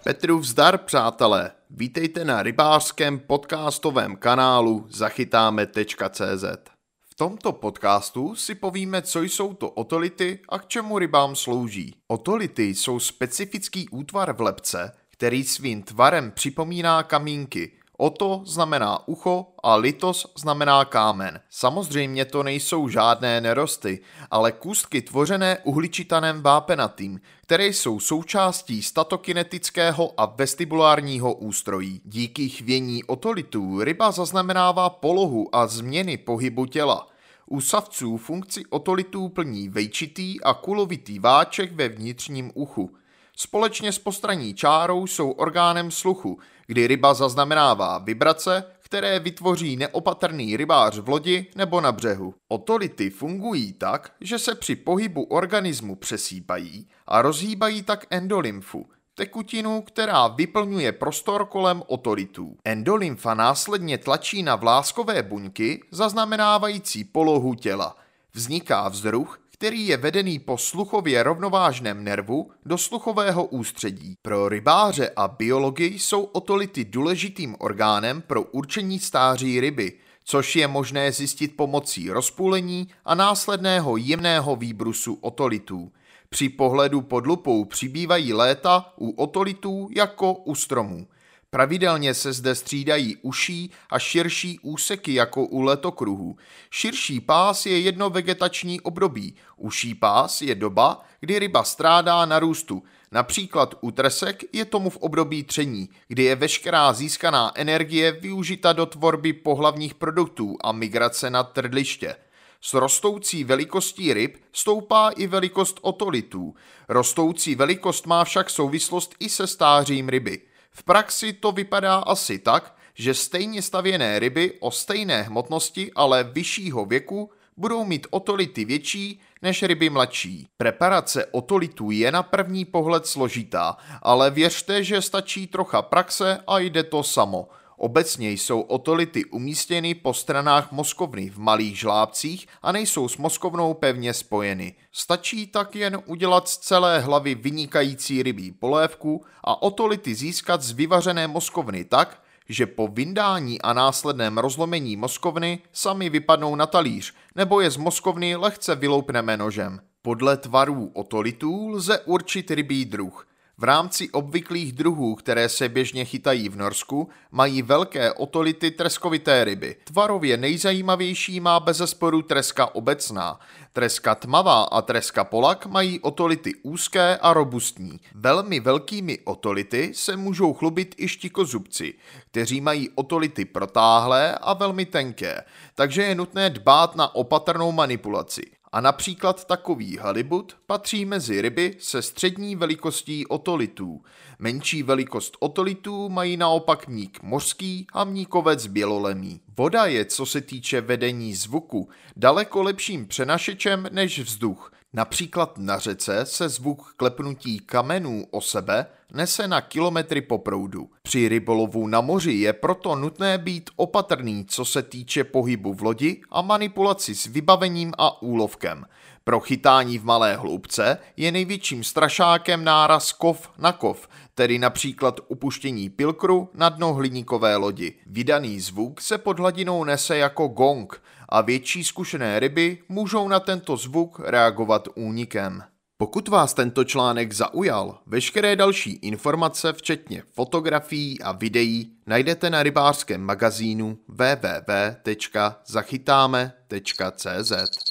Petrův zdar, přátelé! Vítejte na rybářském podcastovém kanálu zachytáme.cz. V tomto podcastu si povíme, co jsou to otolity a k čemu rybám slouží. Otolity jsou specifický útvar v lebce, který svým tvarem připomíná kamínky. Oto znamená ucho a litos znamená kámen. Samozřejmě to nejsou žádné nerosty, ale kůstky tvořené uhličitanem vápenatým, které jsou součástí statokinetického a vestibulárního ústrojí. Díky chvění otolitů ryba zaznamenává polohu a změny pohybu těla. U savců funkci otolitů plní vejčitý a kulovitý váček ve vnitřním uchu. Společně s postranní čárou jsou orgánem sluchu, kdy ryba zaznamenává vibrace, které vytvoří neopatrný rybář v lodi nebo na břehu. Otolity fungují tak, že se při pohybu organismu přesýpají a rozhýbají tak endolymfu, tekutinu, která vyplňuje prostor kolem otolitů. Endolymfa následně tlačí na vláskové buňky, zaznamenávající polohu těla. Vzniká vzruch, který je vedený po sluchově rovnovážném nervu do sluchového ústředí. Pro rybáře a biology jsou otolity důležitým orgánem pro určení stáří ryby, což je možné zjistit pomocí rozpůlení a následného jemného výbrusu otolitů. Při pohledu pod lupou přibývají léta u otolitů jako u stromů. Pravidelně se zde střídají užší a širší úseky jako u letokruhů. Širší pás je jedno vegetační období, užší pás je doba, kdy ryba strádá na růstu. Například u tresek je tomu v období tření, kdy je veškerá získaná energie využita do tvorby pohlavních produktů a migrace na trdliště. S rostoucí velikostí ryb stoupá i velikost otolitů. Rostoucí velikost má však souvislost i se stářím ryby. V praxi to vypadá asi tak, že stejně stavěné ryby o stejné hmotnosti, ale vyššího věku budou mít otolity větší než ryby mladší. Preparace otolitů je na první pohled složitá, ale věřte, že stačí trocha praxe a jde to samo. Obecně jsou otolity umístěny po stranách mozkovny v malých žlábcích a nejsou s mozkovnou pevně spojeny. Stačí tak jen udělat z celé hlavy vynikající rybí polévku a otolity získat z vyvařené mozkovny tak, že po vyndání a následném rozlomení mozkovny sami vypadnou na talíř, nebo je z mozkovny lehce vyloupneme nožem. Podle tvarů otolitů lze určit rybí druh. V rámci obvyklých druhů, které se běžně chytají v Norsku, mají velké otolity treskovité ryby. Tvarově nejzajímavější má bezesporu treska obecná. Treska tmavá a treska polak mají otolity úzké a robustní. Velmi velkými otolity se můžou chlubit i štikozubci, kteří mají otolity protáhlé a velmi tenké, takže je nutné dbát na opatrnou manipulaci. A například takový halibut patří mezi ryby se střední velikostí otolitů. Menší velikost otolitů mají naopak mník mořský a mníkovec bělolemý. Voda je, co se týče vedení zvuku, daleko lepším přenašečem než vzduch. Například na řece se zvuk klepnutí kamenů o sebe nese na kilometry po proudu. Při rybolovu na moři je proto nutné být opatrný, co se týče pohybu v lodi a manipulaci s vybavením a úlovkem. Pro chytání v malé hloubce je největším strašákem náraz kov na kov, tedy například upuštění pilkru na dno hliníkové lodi. Vydaný zvuk se pod hladinou nese jako gong a větší zkušené ryby můžou na tento zvuk reagovat únikem. Pokud vás tento článek zaujal, veškeré další informace, včetně fotografií a videí, najdete na rybářském magazínu www.zachytáme.cz.